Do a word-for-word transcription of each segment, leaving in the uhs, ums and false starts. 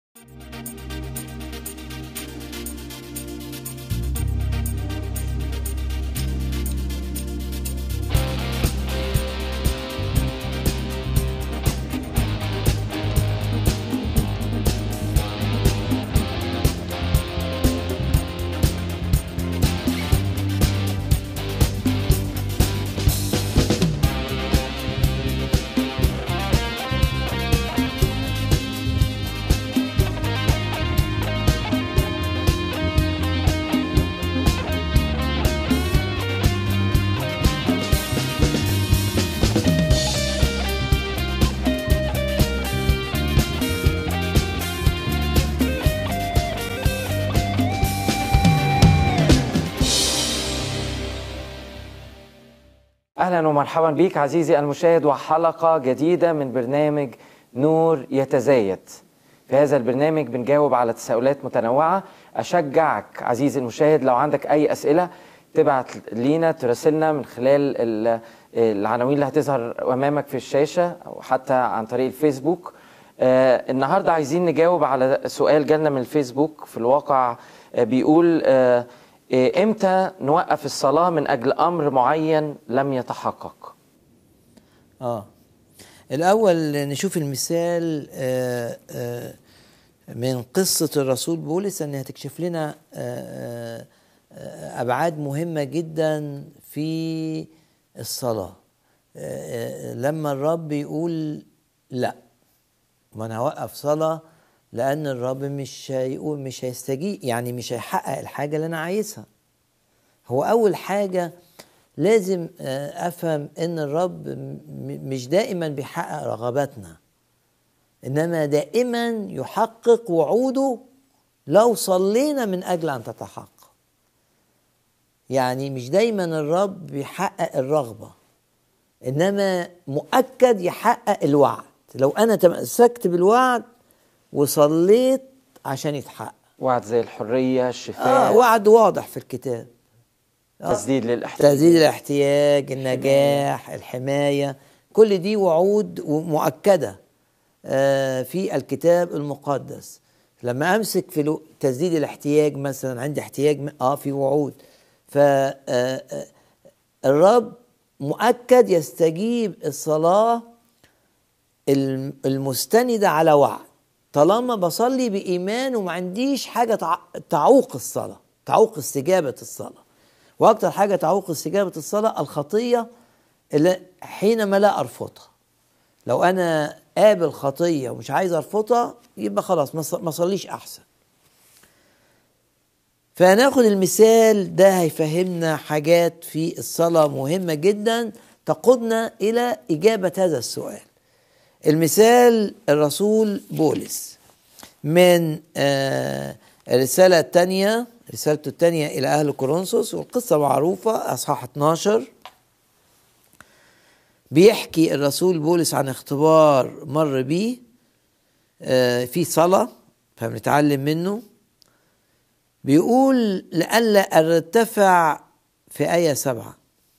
أهلا ومرحبا بك عزيزي المشاهد وحلقة جديدة من برنامج نور يتزايد. في هذا البرنامج بنجاوب على تساؤلات متنوعة. أشجعك عزيزي المشاهد لو عندك أي أسئلة تبعت لينا تراسلنا من خلال العناوين اللي هتظهر أمامك في الشاشة أو حتى عن طريق الفيسبوك. آه النهاردة عايزين نجاوب على سؤال جالنا من الفيسبوك في الواقع. آه بيقول آه امتى نوقف الصلاة من أجل أمر معين لم يتحقق؟ آه الأول نشوف المثال آه آه من قصة الرسول بولس أنها تكشف لنا آه آه أبعاد مهمة جدا في الصلاة. آه لما الرب يقول لا، ما أنا هوقف صلاة لأن الرب مش هيقول مش هيستجيب، يعني مش هيحقق الحاجة اللي أنا عايزها. هو أول حاجة لازم أفهم إن الرب مش دائما بيحقق رغباتنا، إنما دائما يحقق وعوده لو صلينا من أجل أن تتحقق. يعني مش دايما الرب بيحقق الرغبة، إنما مؤكد يحقق الوعد. لو أنا تمسكت بالوعد وصليت عشان يتحقق، وعد زي الحرية، الشفاء، آه وعد واضح في الكتاب، آه تسديد للاحتياج، تسديد الاحتياج، النجاح، الحماية، كل دي وعود مؤكدة آه في الكتاب المقدس. لما أمسك في تسديد الاحتياج مثلا، عندي احتياج اه في وعود، فالرب مؤكد يستجيب الصلاة المستندة على وعد، طالما بصلي بإيمان وما عنديش حاجة تعوق الصلاة، تعوق استجابة الصلاة. وأكتر حاجة تعوق استجابة الصلاة الخطية اللي حينما لا أرفضها. لو أنا قابل خطية ومش عايز أرفضها يبقى خلاص ما صليش أحسن. فناخد المثال ده هيفهمنا حاجات في الصلاة مهمة جدا تقودنا إلى إجابة هذا السؤال. المثال الرسول بولس من آه الرسالة الثانية، رسالته الثانية إلى أهل كورنثوس، والقصة معروفة، أصحاح اتناشر. بيحكي الرسول بولس عن اختبار مر بيه آه في صلاة، فبنتعلم منه. بيقول لئلا ارتفع في آية سبعة،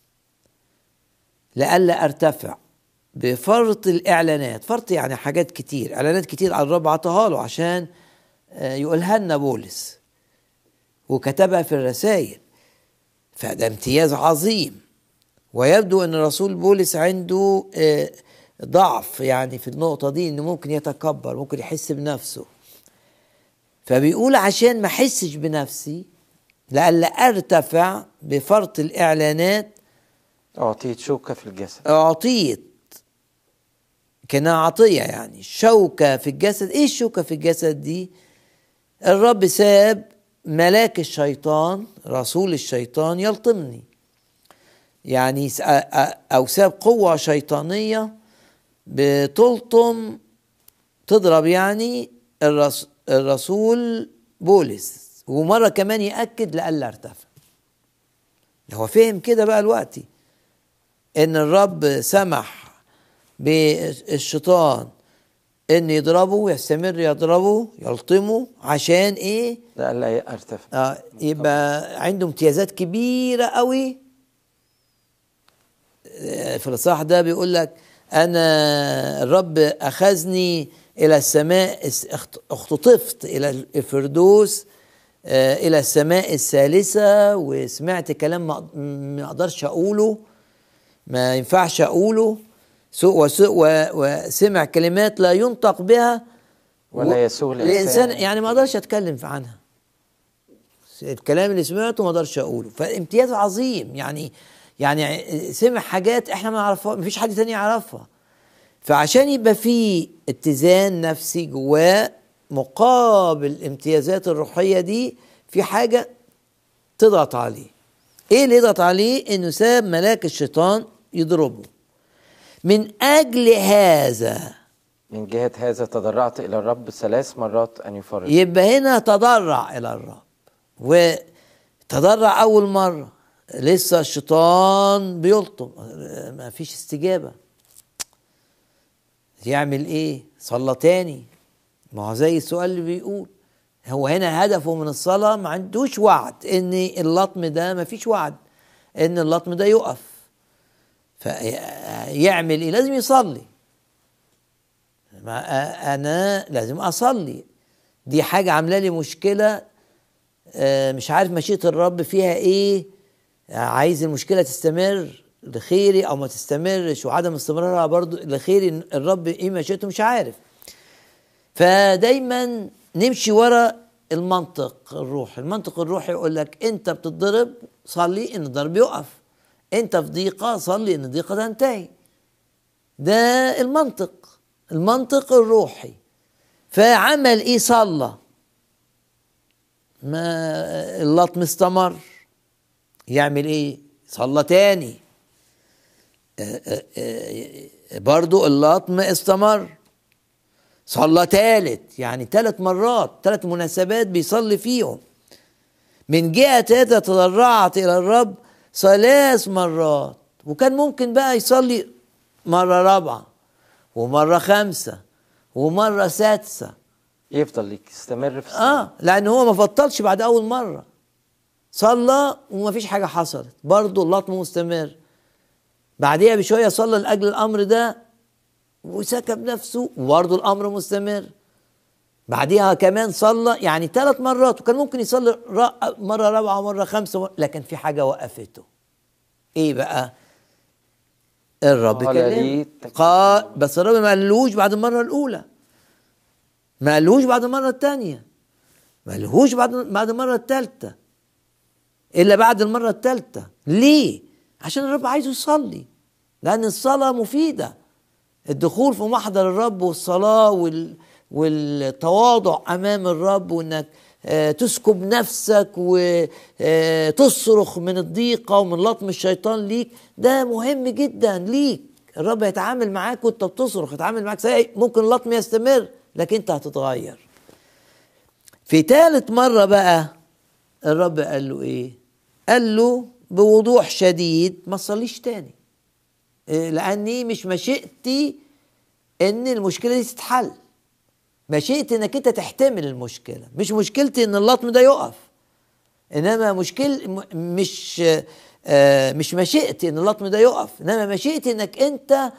لئلا ارتفع بفرط الإعلانات. فرط يعني حاجات كتير، إعلانات كتير على الرب عطاها له عشان يقولها لنا بولس وكتبها في الرسائل، فده امتياز عظيم. ويبدو أن الرسول بولس عنده ضعف يعني في النقطة دي، أنه ممكن يتكبر، ممكن يحس بنفسه. فبيقول عشان ما أحسش بنفسي، لألا أرتفع بفرط الإعلانات، أعطيت شوكة في الجسد. أعطيت كنا عطية، يعني شوكة في الجسد. إيه الشوكة في الجسد دي؟ الرب ساب ملاك الشيطان، رسول الشيطان، يلطمني، يعني أو ساب قوة شيطانية بتلطم، تضرب يعني الرسول بولس. ومرة كمان يأكد لألا ارتفع. هو فهم كده بقى الوقتي إن الرب سمح بالشيطان ان يضربه ويستمر يضربه يلطمه عشان ايه؟ لا ارتفع. آه يبقى عنده امتيازات كبيره قوي. في الاصحاح ده بيقول لك انا الرب اخذني إلى السماء، اختطفت إلى الفردوس، آه إلى السماء الثالثة، وسمعت كلام ما أقدرش أقوله، ما ينفعش أقوله، وسمع كلمات لا ينطق بها ولا يسوغ الإنسان، يعني ما أقدرش أتكلم عنها. الكلام اللي سمعته ما أقدرش أقوله، فامتياز عظيم. يعني يعني سمع حاجات إحنا ما نعرفها، مفيش حد تاني يعرفها. فعشان يبقى في اتزان نفسي جواه مقابل الامتيازات الروحية دي، في حاجة تضغط عليه. ايه اللي يضغط عليه؟ انه ساب ملاك الشيطان يضربه. من اجل هذا، من جهة هذا تضرعت الى الرب ثلاث مرات ان يفرج. يبقى هنا تضرع الى الرب، وتضرع اول مرة لسه الشيطان بيلطم، ما فيش استجابة. يعمل ايه؟ صلى تاني. ما هو زي السؤال اللي بيقول، هو هنا هدفه من الصلاة ما عندوش وعد ان اللطم ده، ما فيش وعد ان اللطم ده يقف. فيعمل ايه؟ لازم يصلي. ما انا لازم اصلي، دي حاجة عاملة لي مشكلة، مش عارف مشيئة الرب فيها ايه، عايز المشكلة تستمر لخيري او ما تستمرش، وعدم استمرارها برضو لخيري، الرب ايه مشيئته مش عارف. فدايما نمشي ورا المنطق الروحي. المنطق الروحي يقول لك انت بتضرب، صلي ان الضرب يقف. انت في ضيقة، صلي ان الضيقة تنتهي. ده المنطق، المنطق الروحي. فعمل ايه؟ صلى، ما اللطم استمر. يعمل ايه؟ صلى تاني، برضو اللطم استمر. صلى تالت، يعني ثلاث مرات، ثلاث مناسبات بيصلي فيهم. من جهة هذا تضرعت إلى الرب ثلاث مرات. وكان ممكن بقى يصلي مرة رابعة ومرة خمسة ومرة سادسة، يفضل يستمر في الصلاة. اه لأن هو ما فضلش بعد أول مرة، صلى وما فيش حاجة حصلت، برضو اللطم مستمر. بعديها بشوية صلى لأجل الأمر ده وسكب نفسه، وبرضه الأمر مستمر. بعديها كمان صلى، يعني ثلاث مرات، وكان ممكن يصلي مرة رابعة ومرة خمسة، لكن في حاجة وقفته. ايه بقى؟ الرب كلمه، قال، بس الرب ما قالوش بعد المرة الأولى، ما قالوش بعد المرة الثانية، ما قالوش بعد بعد المرة الثالثة، إلا بعد المرة الثالثة. ليه؟ عشان الرب عايزه يصلي، لأن الصلاة مفيدة. الدخول في محضر الرب والصلاة وال... والتواضع أمام الرب، وإنك آه تسكب نفسك وتصرخ من الضيقة ومن لطم الشيطان ليك، ده مهم جدا ليك. الرب يتعامل معاك وانت بتصرخ، يتعامل معاك سيء، ممكن اللطم يستمر لكن انت هتتغير. في ثالث مرة بقى الرب قال له ايه؟ قال له بوضوح شديد ما تصليش تاني، لأني مش مشيئتي ان المشكلة دي تتحل، مشيئتي انك انت تحتمل المشكلة. مش مشكلتي ان اللطم ده يقف، انما مشكل مش آه مش مشيئتي ان اللطم ده يقف، انما مشيئتي انك انت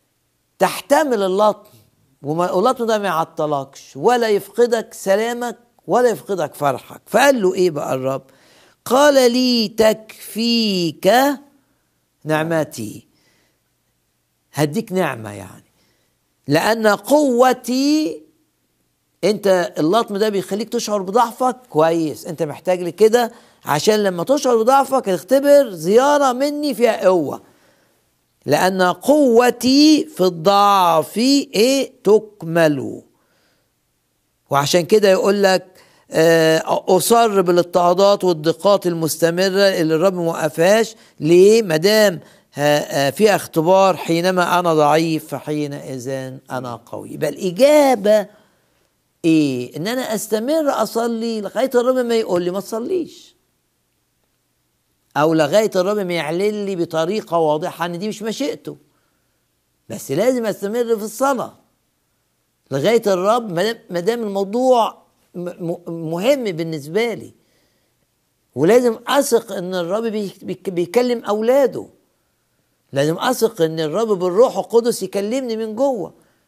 تحتمل اللطم، واللطم ده ما يعطلكش ولا يفقدك سلامك ولا يفقدك فرحك. فقال له ايه بقى الرب؟ قال لي تكفيك نعمتي، هديك نعمة، يعني لأن قوتي. انت اللطم ده بيخليك تشعر بضعفك، كويس، انت محتاج لكده عشان لما تشعر بضعفك تختبر زيارة مني فيها قوة. لأن قوتي في الضعف ايه؟ تكمل. وعشان كده يقول لك أصر بالاضطهادات والضيقات المستمرة اللي الرب موقفهاش. ليه؟ مدام في اختبار، حينما أنا ضعيف فحينئذ أنا قوي. يبقى الإجابة إيه؟ إن أنا أستمر أصلي لغاية الرب ما يقول لي ما تصليش، أو لغاية الرب ما يعلن لي بطريقة واضحة إن دي مش مشيئته. بس لازم أستمر في الصلاة لغاية الرب، ما دام الموضوع مهم بالنسبة لي، ولازم أثق إن الرب بيكلم أولاده، لازم أثق إن الرب بالروح القدس يكلمني من جوه،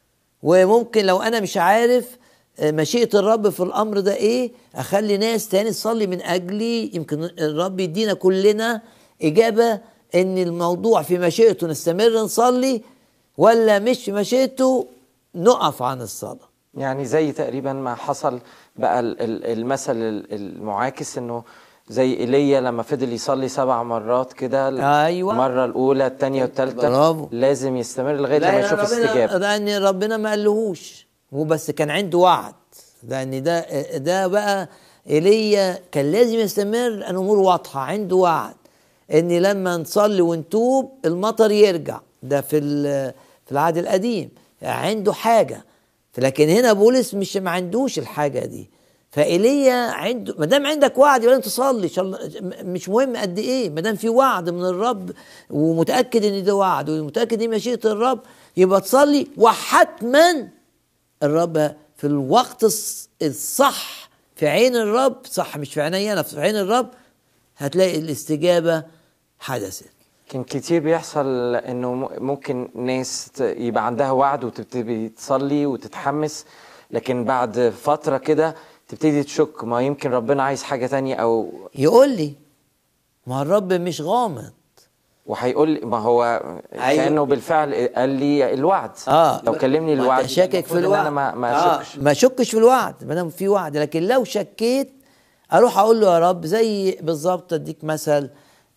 وممكن لو انا مش عارف مشيئة الرب في الامر ده ايه، اخلي ناس تاني تصلي من اجلي. يمكن الرب يدينا كلنا اجابة ان الموضوع في مشيئته نستمر نصلي، ولا مش في مشيئته نقف عن الصلاة. يعني زي تقريبا ما حصل بقى المثل المعاكس، انه زي ايليا لما فضل يصلي سبع مرات كده. أيوة. المره الاولى الثانيه والثالثه لازم يستمر لغايه لما يشوف استجابه، لان ربنا ما قالهوش، هو بس كان عنده وعد. لان ده ده بقى ايليا كان لازم يستمر، لان امور واضحه، عنده وعد ان لما نصلي ونتوب المطر يرجع. ده في في العهد القديم عنده حاجه، لكن هنا بولس مش ما عندوش الحاجه دي. فايليا عنده، ما دام عندك وعد يبقى انت تصلي، مش مهم قد ايه، ما دام في وعد من الرب ومتاكد ان ده وعد ومتاكد ان مشيئه الرب، يبقى تصلي. وحتما الرب في الوقت الصح في عين الرب، صح مش في عيني انا، في عين الرب هتلاقي الاستجابه حدثت. كان كتير بيحصل انه ممكن ناس يبقى عندها وعد وتبتدي تصلي وتتحمس، لكن بعد فتره كده تبتدي تشك، ما يمكن ربنا عايز حاجة تانية، أو يقول لي ما الرب مش غامض وهيقول لي ما هو أيوة. كأنه بالفعل قال لي الوعد. آه. لو كلمني الوعد شاكك في الوعد، أنا ما, ما آه. شكش ما شكش في الوعد ما دام في وعد. لكن لو شكيت أروح أقول له يا رب، زي بالظبط أديك مثل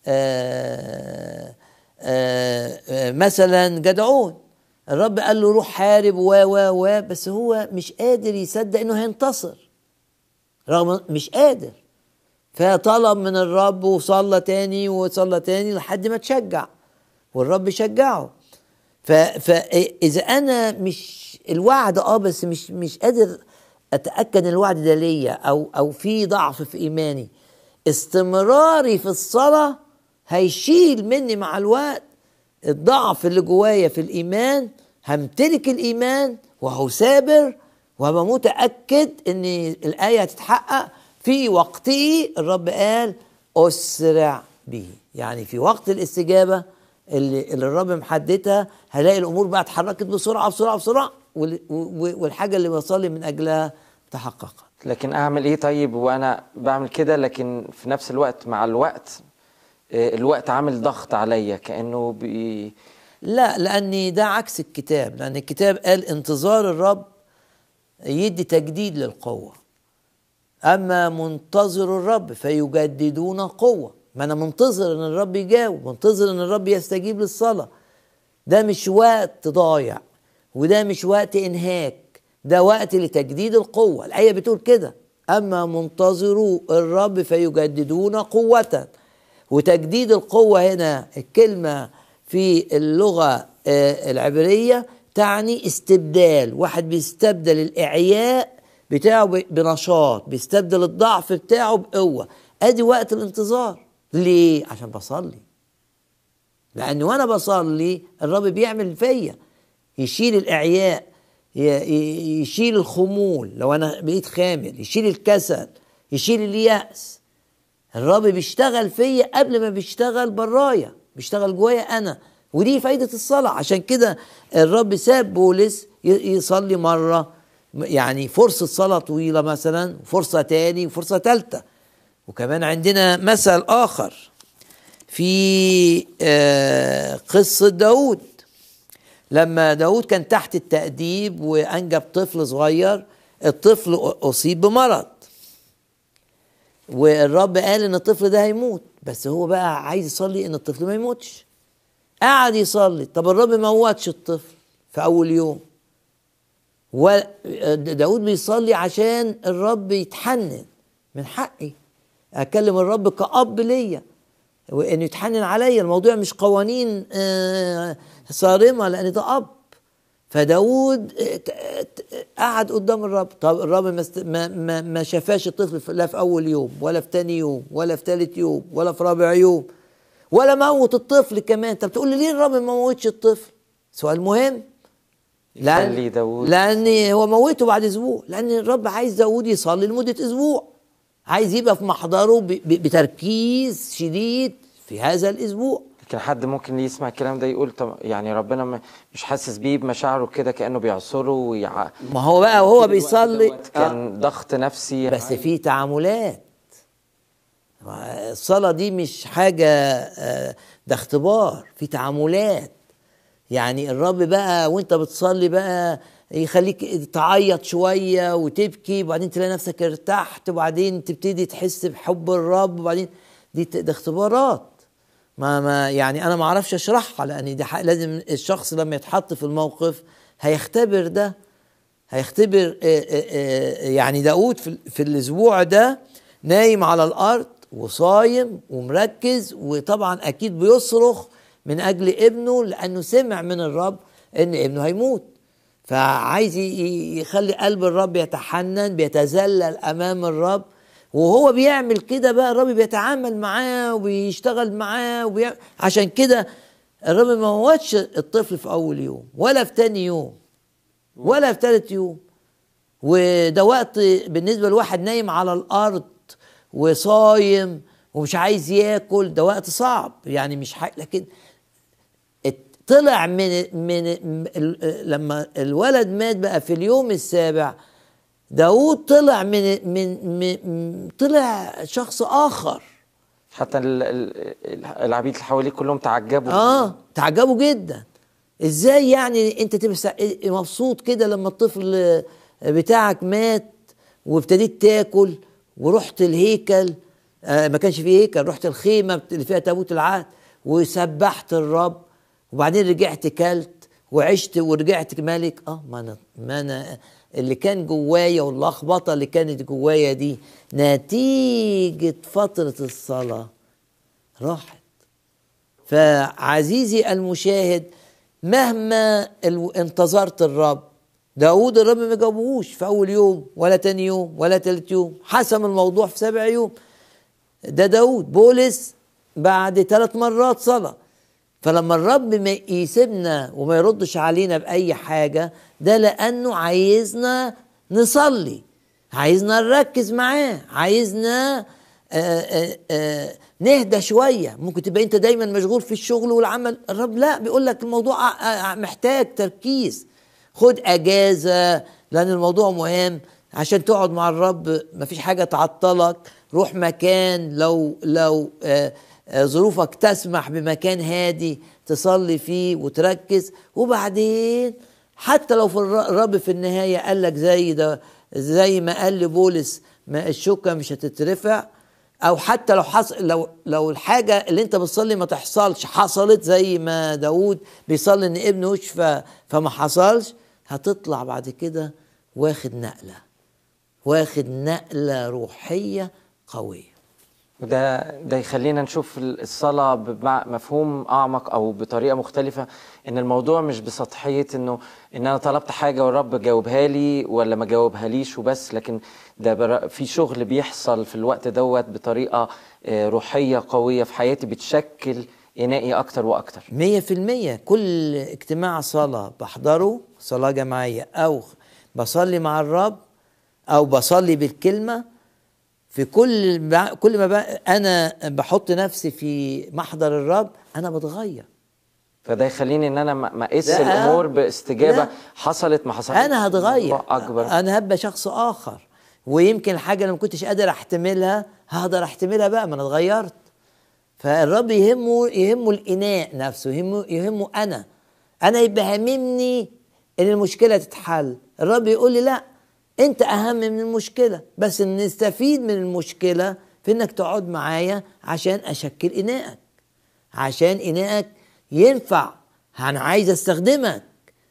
آآ آآ مثلا جدعون، الرب قال له روح حارب و و و بس هو مش قادر يصدق إنه هينتصر، رغم مش قادر. فطلب من الرب وصلى تاني وصلى تاني لحد ما تشجع، والرب شجعه. فإذا أنا مش الوعد اه بس مش مش قادر أتأكد إن الوعد ده ليا، أو أو في ضعف في إيماني، استمراري في الصلاة هيشيل مني مع الوقت الضعف اللي جوايا في الإيمان. همتلك الإيمان وهسابر وهبقى متأكد ان الآية هتتحقق في وقته. الرب قال أسرع به، يعني في وقت الاستجابة اللي, اللي الرب محددها هلاقي الأمور بقى اتحركت بسرعة بسرعة بسرعة، والحاجة اللي بصلي من أجلها تحققت. لكن أعمل إيه طيب وأنا بعمل كده، لكن في نفس الوقت مع الوقت الوقت عامل ضغط عليا كأنه بي... لا، لأن ده عكس الكتاب. لأن الكتاب قال انتظار الرب يدي تجديد للقوة، أما منتظر الرب فيجددون قوة. ما أنا منتظر أن الرب يجاوب، منتظر أن الرب يستجيب للصلاة. ده مش وقت ضايع، وده مش وقت إنهاك، ده وقت لتجديد القوة. الآية بتقول كده، أما منتظروا الرب فيجددون قوة. وتجديد القوة هنا الكلمة في اللغة العبرية تعني استبدال. واحد بيستبدل الإعياء بتاعه بنشاط، بيستبدل الضعف بتاعه بقوة. ادي وقت الانتظار. ليه؟ عشان بصلي. لأن وانا بصلي الرب بيعمل فيا، يشيل الإعياء، يشيل الخمول لو انا بقيت خامل، يشيل الكسل، يشيل اليأس. الرب بيشتغل فيا قبل ما بيشتغل برايا، بيشتغل جوايا انا. ودي فايدة الصلاة. عشان كده الرب ساب بولس يصلي مرة، يعني فرصة صلاة طويلة مثلا، فرصة تاني وفرصة تالتة. وكمان عندنا مثل آخر في قصة داود. لما داود كان تحت التأديب وأنجب طفل صغير، الطفل أصيب بمرض، والرب قال إن الطفل ده هيموت، بس هو بقى عايز يصلي إن الطفل ما يموتش. قعد يصلي. طب الرب ما موتش الطفل في أول يوم، وداود بيصلي عشان الرب يتحنن. من حقي أكلم الرب كأب ليا وإنه يتحنن عليا. الموضوع مش قوانين صارمة، لأن ده أب. فداود قعد قدام الرب. طب الرب ما, ما, ما شافاش الطفل لا في أول يوم ولا في تاني يوم ولا في تالت يوم ولا في رابع يوم، ولا موت الطفل كمان. طب تقول لي ليه الرب ما موتش الطفل؟ سؤال مهم. لأن, لأن هو موته بعد أسبوع، لأن الرب عايز داود يصلي لمدة أسبوع، عايز يبقى في محضره بتركيز شديد في هذا الأسبوع. يمكن حد ممكن يسمع الكلام ده يقول طب يعني ربنا م- مش حاسس بيه بمشاعره كده كأنه بيعصره ويع... ما هو بقى وهو أكيد الوقت بيصلي دوت كان ضغط نفسي بس عالي. في تعاملات. الصلاة دي مش حاجة آه، ده اختبار، في تعاملات. يعني الرب بقى وانت بتصلي بقى يخليك تعيط شوية وتبكي، وبعدين تلاقي نفسك ارتحت، وبعدين تبتدي تحس بحب الرب، وبعدين دي ت- ده اختبارات. ما ما يعني انا ما اعرفش اشرحها، لان دي حق- لازم الشخص لما يتحط في الموقف هيختبر ده، هيختبر آه، آه، آه، يعني داود في, في الاسبوع ده نايم على الارض وصايم ومركز، وطبعا اكيد بيصرخ من اجل ابنه لانه سمع من الرب ان ابنه هيموت، فعايز ي- يخلي قلب الرب يتحنن، بيتذلل امام الرب. وهو بيعمل كده بقى الرب بيتعامل معاه وبيشتغل معاه وبيعمل. عشان كده الرب ما موتش الطفل في اول يوم ولا في تاني يوم ولا في ثالث يوم. وده وقت بالنسبة لواحد نايم على الأرض وصايم ومش عايز ياكل، ده وقت صعب يعني مش حاجة. لكن طلع من من ال- لما الولد مات بقى في اليوم السابع، داود طلع من من, من طلع شخص آخر. حتى ال- ال- العبيد اللي حواليه كلهم تعجبوا. اه تعجبوا جدا. ازاي يعني انت تبقى سع- مبسوط كده لما الطفل بتاعك مات وابتديت تاكل ورحت الهيكل، آه ما كانش فيه هيكل، رحت الخيمة اللي فيها تابوت العهد وسبحت الرب، وبعدين رجعت كلت وعشت ورجعت ملك. اه ما انا ما انا اللي كان جوايا واللخبطه اللي كانت جوايا دي نتيجة فترة الصلاة راحت. فعزيزي المشاهد، مهما ال- انتظرت الرب، داود الرب ما جابوهوش في اول يوم ولا تاني يوم ولا تالت يوم، حسم الموضوع في سبع يوم. ده داود. بولس بعد ثلاث مرات صلاة. فلما الرب ما يسيبنا وما يردش علينا بأي حاجة، ده لأنه عايزنا نصلي، عايزنا نركز معاه، عايزنا آآ آآ آآ نهدى شوية. ممكن تبقى انت دايما مشغول في الشغل والعمل، الرب لا، بيقول لك الموضوع محتاج تركيز، خد اجازة لان الموضوع مهم عشان تقعد مع الرب، مفيش حاجة تعطلك. روح مكان لو لو آآ آآ ظروفك تسمح بمكان هادي تصلي فيه وتركز. وبعدين حتى لو في الرب في النهاية قال لك زي ده، زي ما قال لبولس ما الشوكة مش هتترفع، او حتى لو حصل لو لو الحاجه اللي انت بتصلي ما تحصلش حصلت، زي ما داود بيصلي ان ابنه يشفى فما حصلش، هتطلع بعد كده واخد نقله، واخد نقله روحيه قويه. وده ده يخلينا نشوف الصلاة بمفهوم أعمق أو بطريقة مختلفة، إن الموضوع مش بسطحية إنه إن أنا طلبت حاجة والرب جاوبها لي ولا ما جاوبها ليش وبس، لكن ده في شغل بيحصل في الوقت دوت بطريقة روحية قوية في حياتي بتشكل إنائي أكتر وأكتر. مية في المية. كل اجتماع صلاة بحضره، صلاة جماعية أو بصلي مع الرب أو بصلي بالكلمة، في كل كل ما بقى انا بحط نفسي في محضر الرب انا بتغير. فده يخليني ان انا ما اقيس الامور باستجابه لا. حصلت ما حصلتش، انا هتغير اكبر، انا هبقى شخص اخر، ويمكن الحاجه اللي ما كنتش قادر احتملها هقدر احتملها بقى، ما انا اتغيرت. فالرب يهمه يهمه الاناء نفسه، يهمه يهمه انا انا يبقى هاممني ان المشكله تتحل. الرب يقول لي لا، انت اهم من المشكله، بس نستفيد من المشكله في انك تقعد معايا عشان اشكل اناءك، عشان اناءك ينفع، انا عايز استخدمك.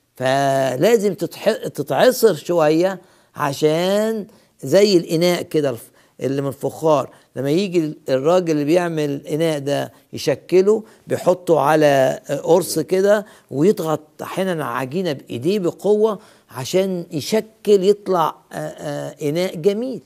فلازم تتعصر شويه عشان زي الاناء كده اللي من الفخار، لما يجي الراجل اللي بيعمل الاناء ده يشكله بيحطه على قرص كده ويضغط احيانا عجينه بايديه بقوه عشان يشكل يطلع اناء جميل.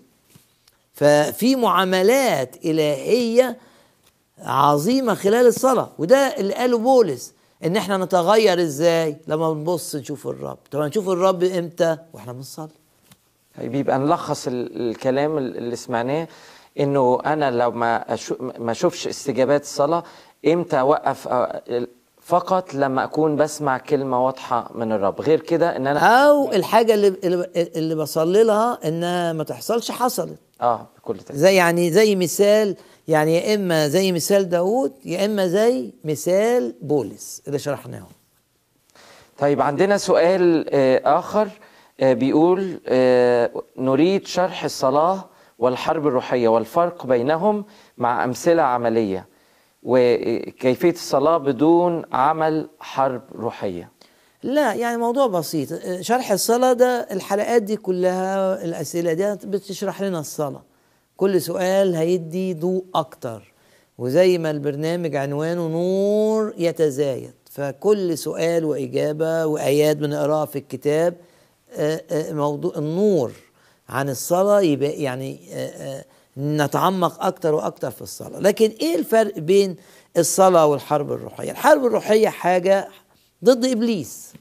ففي معاملات الهيه عظيمه خلال الصلاه، وده اللي قاله بولس، ان احنا نتغير ازاي لما بنبص نشوف الرب. طب نشوف الرب امتى؟ واحنا بنصلي. بيبقى نلخص الكلام اللي سمعناه انه انا لو ما ما اشوفش استجابات الصلاه، امتى اوقف آه، فقط لما اكون بسمع كلمه واضحه من الرب، غير كده ان انا او الحاجه اللي اللي, اللي بصلي لها انها ما تحصلش حصلت. اه بكل تأكيد. زي يعني زي مثال، يعني يا اما زي مثال داود يا اما زي مثال بولس اللي شرحناه. طيب عندنا سؤال آه، آخر آه، بيقول آه، نريد شرح الصلاة والحرب الروحية والفرق بينهم مع أمثلة عملية، وكيفية الصلاة بدون عمل حرب روحية. لا يعني موضوع بسيط. شرح الصلاة ده الحلقات دي كلها الأسئلة دي بتشرح لنا الصلاة. كل سؤال هيدي ضوء أكتر، وزي ما البرنامج عنوانه نور يتزايد، فكل سؤال وإجابة وآيات بنقراها في الكتاب موضوع النور عن الصلاة يبقى يعني نتعمق أكتر وأكتر في الصلاة. لكن إيه الفرق بين الصلاة والحرب الروحية؟ الحرب الروحية حاجة ضد إبليس.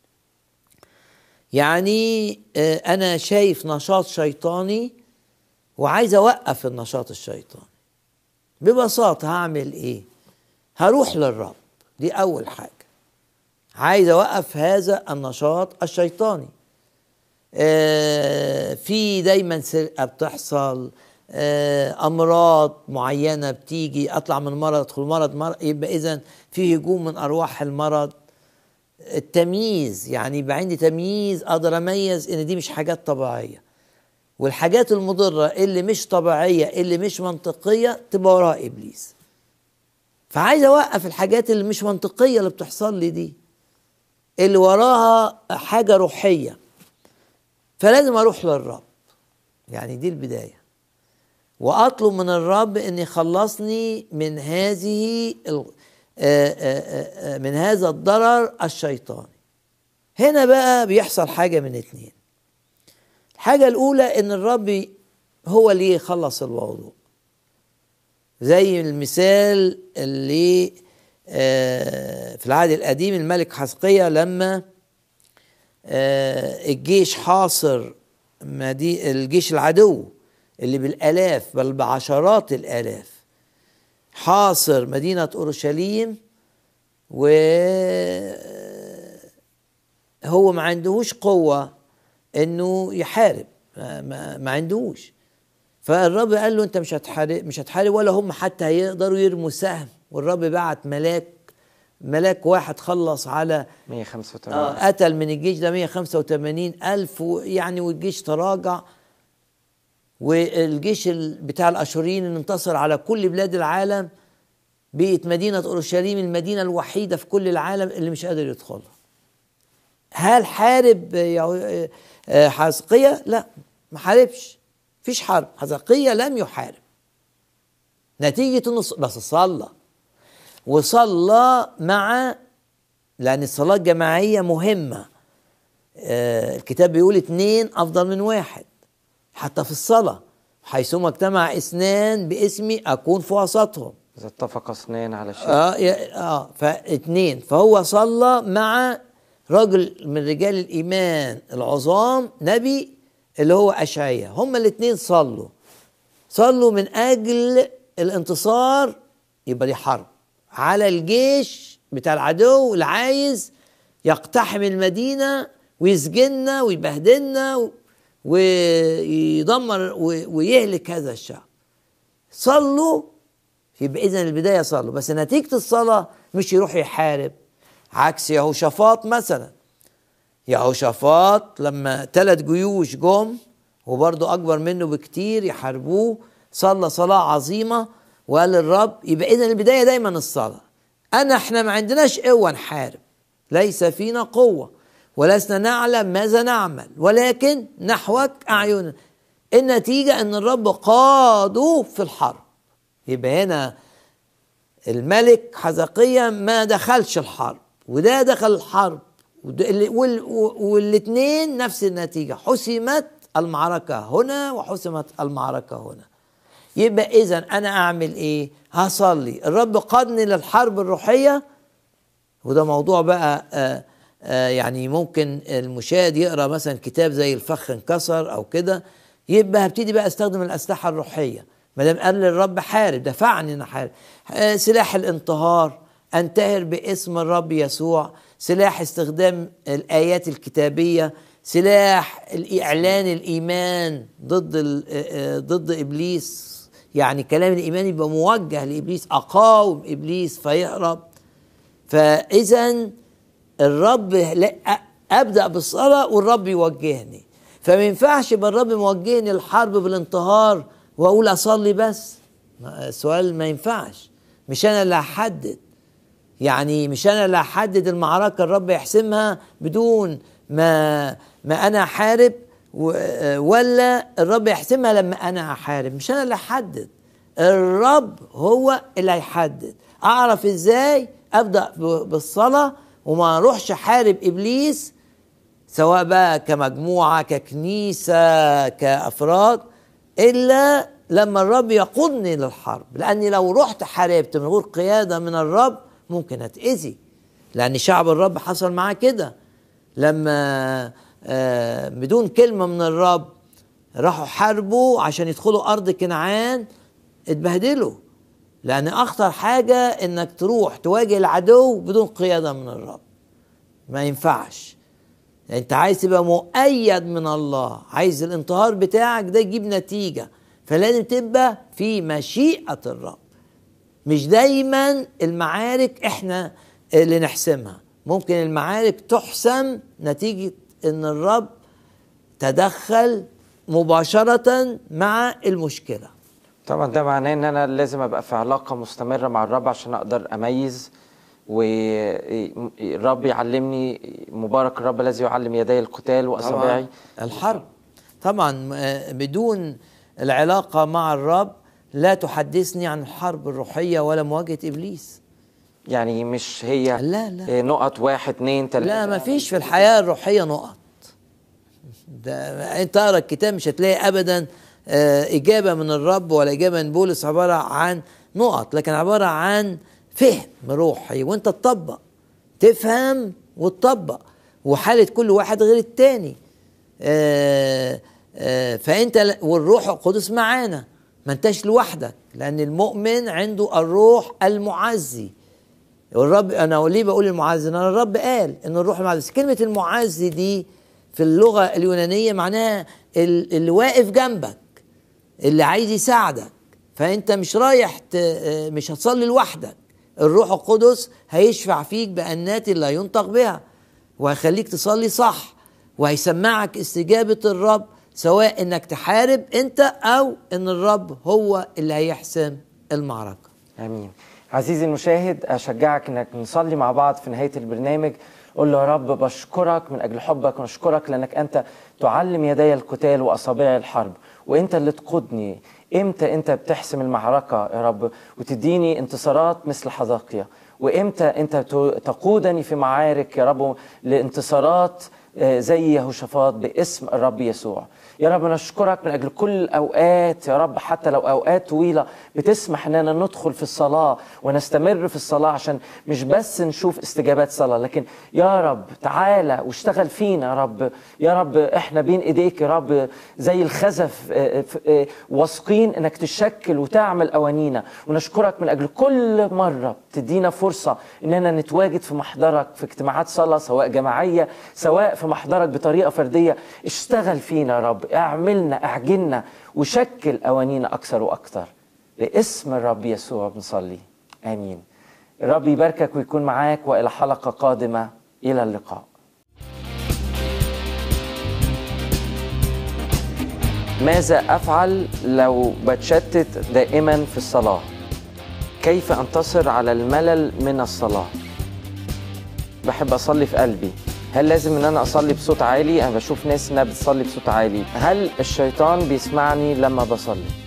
يعني أنا شايف نشاط شيطاني وعايز أوقف النشاط الشيطاني. ببساطة هعمل إيه؟ هروح للرب، دي أول حاجة. عايز أوقف هذا النشاط الشيطاني. آه في دايما سرقة بتحصل، آه أمراض معينة بتيجي، أطلع من مرض أدخل مرض, مرض يبقى إذن في هجوم من أرواح المرض. التمييز، يعني يبقى عندي تمييز أقدر أميز إن دي مش حاجات طبيعية، والحاجات المضرة اللي مش طبيعية اللي مش منطقية تبقى وراها إبليس. فعايز أوقف الحاجات اللي مش منطقية اللي بتحصل لي دي، اللي وراها حاجة روحية، فلازم أروح للرب. يعني دي البداية، وأطلب من الرب أن يخلصني من هذه من هذا الضرر الشيطاني. هنا بقى بيحصل حاجة من اتنين. الحاجة الأولى أن الرب هو اللي يخلص الموضوع، زي المثال اللي في العهد القديم الملك حزقيا لما الجيش حاصر الجيش العدو اللي بالآلاف بل بعشرات الآلاف، حاصر مدينة أورشليم، وهو ما عندهوش قوة انه يحارب، ما, ما عندهوش. فالرب قال له انت مش هتحارب مش هتحارب ولا هم حتى هيقدروا يرموا سهم. والرب بعت ملاك ملاك واحد خلص على مية وخمسة وتمانين آه قتل من الجيش ده مية وخمسة وتمانين ألف، يعني والجيش تراجع، والجيش بتاع الأشوريين انتصر على كل بلاد العالم. بقت مدينة أورشليم المدينة الوحيدة في كل العالم اللي مش قادر يدخلها. هل حارب حزقيا؟ لا، ما حاربش، فيش حرب. حزقيا لم يحارب نتيجة النص، بس صلى وصلى مع، لأن الصلاة الجماعية مهمة. آه الكتاب بيقول اتنين أفضل من واحد حتى في الصلاة، حيثما اجتمع اثنان باسمي أكون في وسطهم. إذا اتفق اثنان على شيء آه, آه فاتنين. فهو صلى مع رجل من رجال الإيمان العظام، نبي اللي هو أشعياء. هما الاثنين صلوا صلوا من أجل الانتصار. يبقى دي حرب على الجيش بتاع العدو اللي عايز يقتحم المدينة ويسجننا ويبهدلنا ويدمر ويهلك هذا الشعب. صلوا، يبقى إذن البداية صلوا، بس نتيجة الصلاة مش يروح يحارب. عكس يهوشافاط مثلا. يهوشافاط لما ثلاث جيوش جم وبرضه أكبر منه بكتير يحاربوه، صلى صلاة عظيمة وقال للرب. يبقى إذن البداية دايما الصلاة. أنا إحنا ما عندناش قوة نحارب، ليس فينا قوة ولسنا نعلم ماذا نعمل، ولكن نحوك أعيننا. النتيجة أن الرب قاده في الحرب. يبقى هنا الملك حزقيا ما دخلش الحرب وده دخل الحرب، والاثنين نفس النتيجة، حسمت المعركة هنا وحسمت المعركة هنا. يبقى إذن أنا أعمل إيه؟ هصلي. الرب قادني للحرب الروحية، وده موضوع بقى آآ آآ يعني ممكن المشاهد يقرأ مثلا كتاب زي الفخ انكسر أو كده، يبقى هبتدي بقى أستخدم الأسلحة الروحية. ما دام قال للرب حارب، دفعني ان احارب. آه سلاح الانتهار، انتهر باسم الرب يسوع. سلاح استخدام الايات الكتابيه، سلاح الاعلان الايمان ضد ضد ابليس، يعني كلام الايمان يبقى موجه لابليس، اقاوم ابليس فيهرب. فاذا الرب ابدا بالصلاه والرب يوجهني، فما ينفعش يبقى الرب موجهني الحرب بالانتهار واقول اصلي بس. السؤال ما ينفعش، مش انا اللي هحدد، يعني مش انا اللي هحدد المعركه، الرب يحسمها بدون ما ما انا احارب، ولا الرب يحسمها لما انا احارب. مش انا اللي احدد، الرب هو اللي هيحدد. اعرف ازاي؟ ابدا بالصلاه وما اروحش احارب ابليس، سواء بقى كمجموعه ككنيسه كافراد، الا لما الرب يقودني للحرب. لاني لو رحت حاربت من غير قياده من الرب ممكن اتاذي، لان شعب الرب حصل معاه كده، لما آه بدون كلمه من الرب راحوا حاربوا عشان يدخلوا ارض كنعان، اتبهدلوا. لان اخطر حاجه انك تروح تواجه العدو بدون قياده من الرب، ما ينفعش. انت عايز تبقى مؤيد من الله، عايز الانتهار بتاعك ده يجيب نتيجه، فلازم تبقى في مشيئه الرب. مش دايما المعارك احنا اللي نحسمها، ممكن المعارك تحسم نتيجه ان الرب تدخل مباشره مع المشكله. طبعا ده معناه ان انا لازم ابقى في علاقه مستمره مع الرب عشان اقدر اميز، والرب يعلمني. مبارك الرب الذي يعلم يدي القتال واصابعي الحرب. طبعا بدون العلاقه مع الرب لا تحدثني عن الحرب الروحيه ولا مواجهه ابليس. يعني مش هي لا لا نقط واحد اتنين تلاته، لا، ما فيش في الحياه الروحيه نقط. ده انت تقرا الكتاب مش هتلاقي ابدا إجابة من الرب ولا إجابة من بولس عبارة عن نقط، لكن عبارة عن فهم روحي، وانت تطبق، تفهم وتطبق، وحالة كل واحد غير التاني. آآ آآ فأنت والروح القدس معانا، ما انتش لوحدك، لأن المؤمن عنده الروح المعزي. والرب، أنا ليه بقول المعزي؟ أنا الرب قال إن الروح المعزي. كلمة المعزي دي في اللغة اليونانية معناها اللي واقف جنبك، اللي عايز يساعدك. فانت مش رايح مش هتصلي لوحدك، الروح القدس هيشفع فيك بأنات لا ينطق بها، وهيخليك تصلي صح، وهيسمعك استجابة الرب، سواء انك تحارب انت او ان الرب هو اللي هيحسم المعركة. امين. عزيزي المشاهد، اشجعك انك نصلي مع بعض في نهاية البرنامج. قول له يا رب بشكرك من اجل حبك، ونشكرك لانك انت تعلم يدي القتال واصابعي الحرب، وانت اللي تقودني. امتى انت بتحسم المعركة يا رب وتديني انتصارات مثل حذقيا، وامتى انت تقودني في معارك يا رب لانتصارات زي يهوشافاط باسم الرب يسوع. يا رب نشكرك من أجل كل الأوقات يا رب، حتى لو أوقات طويلة بتسمح أننا ندخل في الصلاة ونستمر في الصلاة، عشان مش بس نشوف استجابات صلاة، لكن يا رب تعالى واشتغل فينا يا رب. يا رب احنا بين ايديك يا رب زي الخزف، واثقين انك تشكل وتعمل أوانينا. ونشكرك من أجل كل مرة بتدينا فرصة اننا نتواجد في محضرك في اجتماعات صلاة، سواء جماعية سواء في محضرك بطريقة فردية. اشتغل فينا يا رب، اعملنا اعجلنا وشكل أوانينا أكثر وأكثر. باسم الرب يسوع بنصلي، آمين. الرب يباركك ويكون معاك، وإلى حلقة قادمة، إلى اللقاء. ماذا أفعل لو بتشتت دائما في الصلاة؟ كيف أنتصر على الملل من الصلاة؟ بحب أصلي في قلبي، هل لازم ان انا اصلي بصوت عالي؟ انا بشوف ناس انها بتصلي بصوت عالي. هل الشيطان بيسمعني لما بصلي؟